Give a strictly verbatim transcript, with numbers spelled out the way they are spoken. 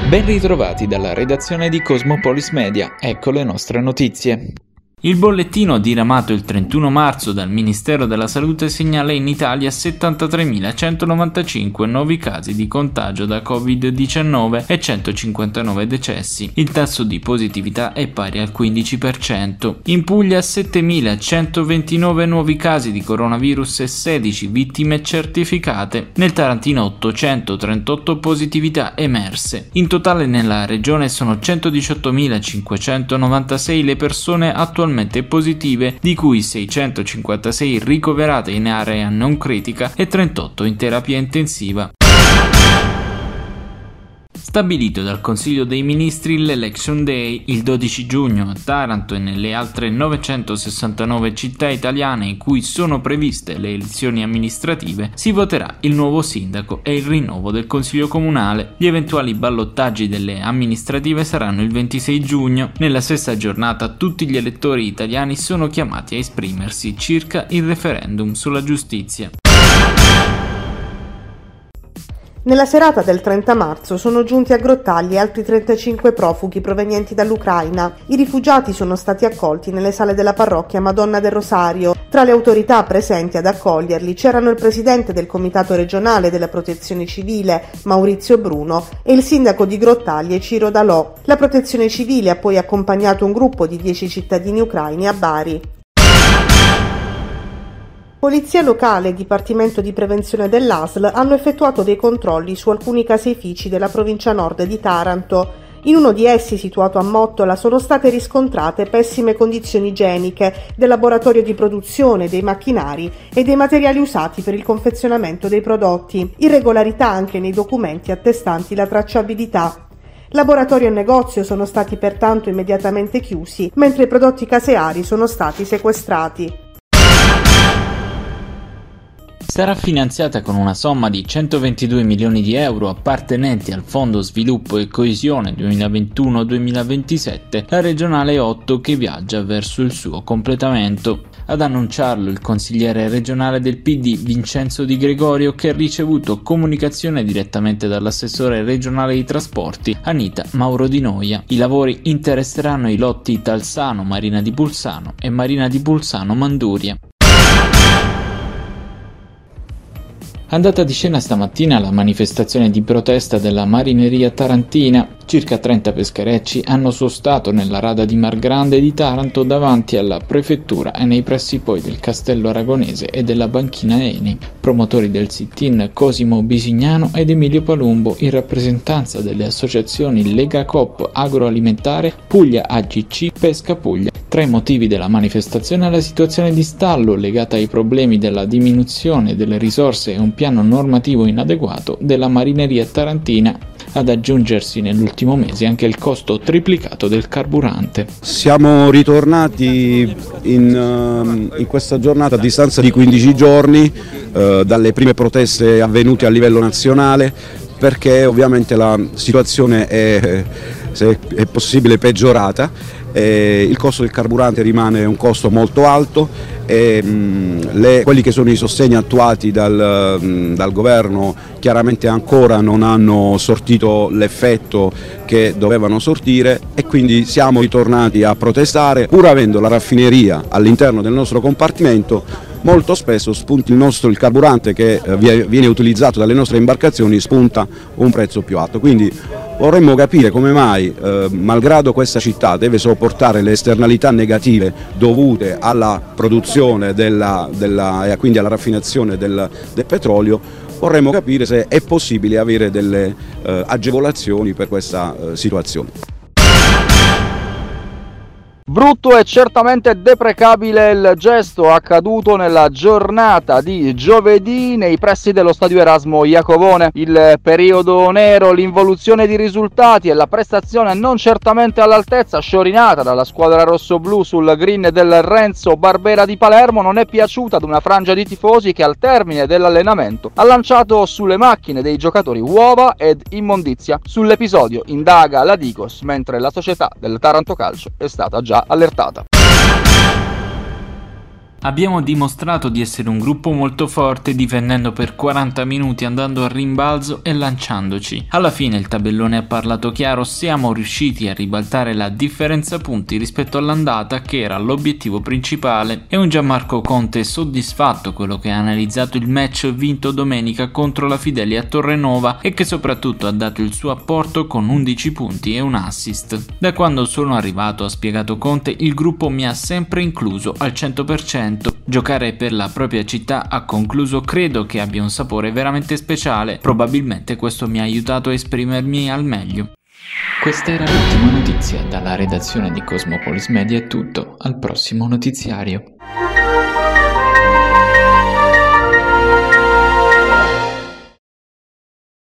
Ben ritrovati dalla redazione di Cosmopolis Media, ecco le nostre notizie. Il bollettino diramato il trentuno marzo dal Ministero della Salute segnala in Italia settantatremilacentonovantacinque nuovi casi di contagio da covid diciannove e centocinquantanove decessi. Il tasso di positività è pari al quindici per cento. In Puglia settemilacentoventinove nuovi casi di coronavirus e sedici vittime certificate. Nel Tarantino ottocentotrentotto positività emerse. In totale nella regione sono centodiciottomilacinquecentonovantasei le persone attualmente positive, di cui seicentocinquantasei ricoverate in area non critica e trentotto in terapia intensiva. Stabilito dal Consiglio dei Ministri l'Election Day il dodici giugno a Taranto e nelle altre novecentosessantanove città italiane in cui sono previste le elezioni amministrative, si voterà il nuovo sindaco e il rinnovo del Consiglio Comunale. Gli eventuali ballottaggi delle amministrative saranno il ventisei giugno. Nella stessa giornata tutti gli elettori italiani sono chiamati a esprimersi circa il referendum sulla giustizia. Nella serata del trenta marzo sono giunti a Grottaglie altri trentacinque profughi provenienti dall'Ucraina. I rifugiati sono stati accolti nelle sale della parrocchia Madonna del Rosario. Tra le autorità presenti ad accoglierli c'erano il presidente del Comitato regionale della Protezione Civile, Maurizio Bruno, e il sindaco di Grottaglie, Ciro Dalò. La Protezione Civile ha poi accompagnato un gruppo di dieci cittadini ucraini a Bari. Polizia locale e Dipartimento di Prevenzione dell'A S L hanno effettuato dei controlli su alcuni caseifici della provincia nord di Taranto. In uno di essi, situato a Mottola, sono state riscontrate pessime condizioni igieniche del laboratorio di produzione, dei macchinari e dei materiali usati per il confezionamento dei prodotti, irregolarità anche nei documenti attestanti la tracciabilità. Laboratorio e negozio sono stati pertanto immediatamente chiusi, mentre i prodotti caseari sono stati sequestrati. Sarà finanziata con una somma di centoventidue milioni di euro appartenenti al Fondo Sviluppo e Coesione duemilaventuno duemilaventisette la regionale otto che viaggia verso il suo completamento. Ad annunciarlo il consigliere regionale del P D Vincenzo Di Gregorio, che ha ricevuto comunicazione direttamente dall'assessore regionale ai trasporti Anita Mauro Di Noia. I lavori interesseranno i lotti Talsano, Marina di Pulsano e Marina di Pulsano Manduria. Andata di scena stamattina la manifestazione di protesta della marineria tarantina. Circa trenta pescherecci hanno sostato nella rada di Mar Grande di Taranto davanti alla prefettura e nei pressi poi del castello aragonese e della banchina Eni. Promotori del sit-in Cosimo Bisignano ed Emilio Palumbo in rappresentanza delle associazioni Lega Coop Agroalimentare, Puglia A G C, Pesca Puglia. Tra i motivi della manifestazione è la situazione di stallo legata ai problemi della diminuzione delle risorse e un piano normativo inadeguato della marineria tarantina, ad aggiungersi nell'ultimo mese anche il costo triplicato del carburante. Siamo ritornati in, in questa giornata a distanza di quindici giorni eh, dalle prime proteste avvenute a livello nazionale, perché ovviamente la situazione è, se è possibile, peggiorata. Eh, il costo del carburante rimane un costo molto alto e mh, le, quelli che sono i sostegni attuati dal, mh, dal governo chiaramente ancora non hanno sortito l'effetto che dovevano sortire, e quindi siamo ritornati a protestare, pur avendo la raffineria all'interno del nostro compartimento. Molto spesso spunta il, nostro, il carburante che eh, viene utilizzato dalle nostre imbarcazioni spunta un prezzo più alto, quindi vorremmo capire come mai, eh, malgrado questa città deve sopportare le esternalità negative dovute alla produzione della, della, e quindi alla raffinazione del, del petrolio, vorremmo capire se è possibile avere delle eh, agevolazioni per questa eh, situazione. Brutto e certamente deprecabile il gesto accaduto nella giornata di giovedì nei pressi dello stadio Erasmo Iacovone. Il periodo nero, l'involuzione di risultati e la prestazione non certamente all'altezza sciorinata dalla squadra rossoblù sul green del Renzo Barbera di Palermo non è piaciuta ad una frangia di tifosi che al termine dell'allenamento ha lanciato sulle macchine dei giocatori uova ed immondizia. Sull'episodio indaga la Digos, mentre la società del Taranto Calcio è stata già allertata. Abbiamo dimostrato di essere un gruppo molto forte, difendendo per quaranta minuti, andando a rimbalzo e lanciandoci. Alla fine il tabellone ha parlato chiaro, siamo riusciti a ribaltare la differenza punti rispetto all'andata, che era l'obiettivo principale, e un Gianmarco Conte soddisfatto, quello che ha analizzato il match vinto domenica contro la Fidelia Torrenova e che soprattutto ha dato il suo apporto con undici punti e un assist. Da quando sono arrivato, ha spiegato Conte, il gruppo mi ha sempre incluso al cento per cento. Giocare per la propria città, ha concluso, credo che abbia un sapore veramente speciale, probabilmente questo mi ha aiutato a esprimermi al meglio. Questa era l'ultima notizia. Dalla redazione di Cosmopolis Media è tutto, al prossimo notiziario.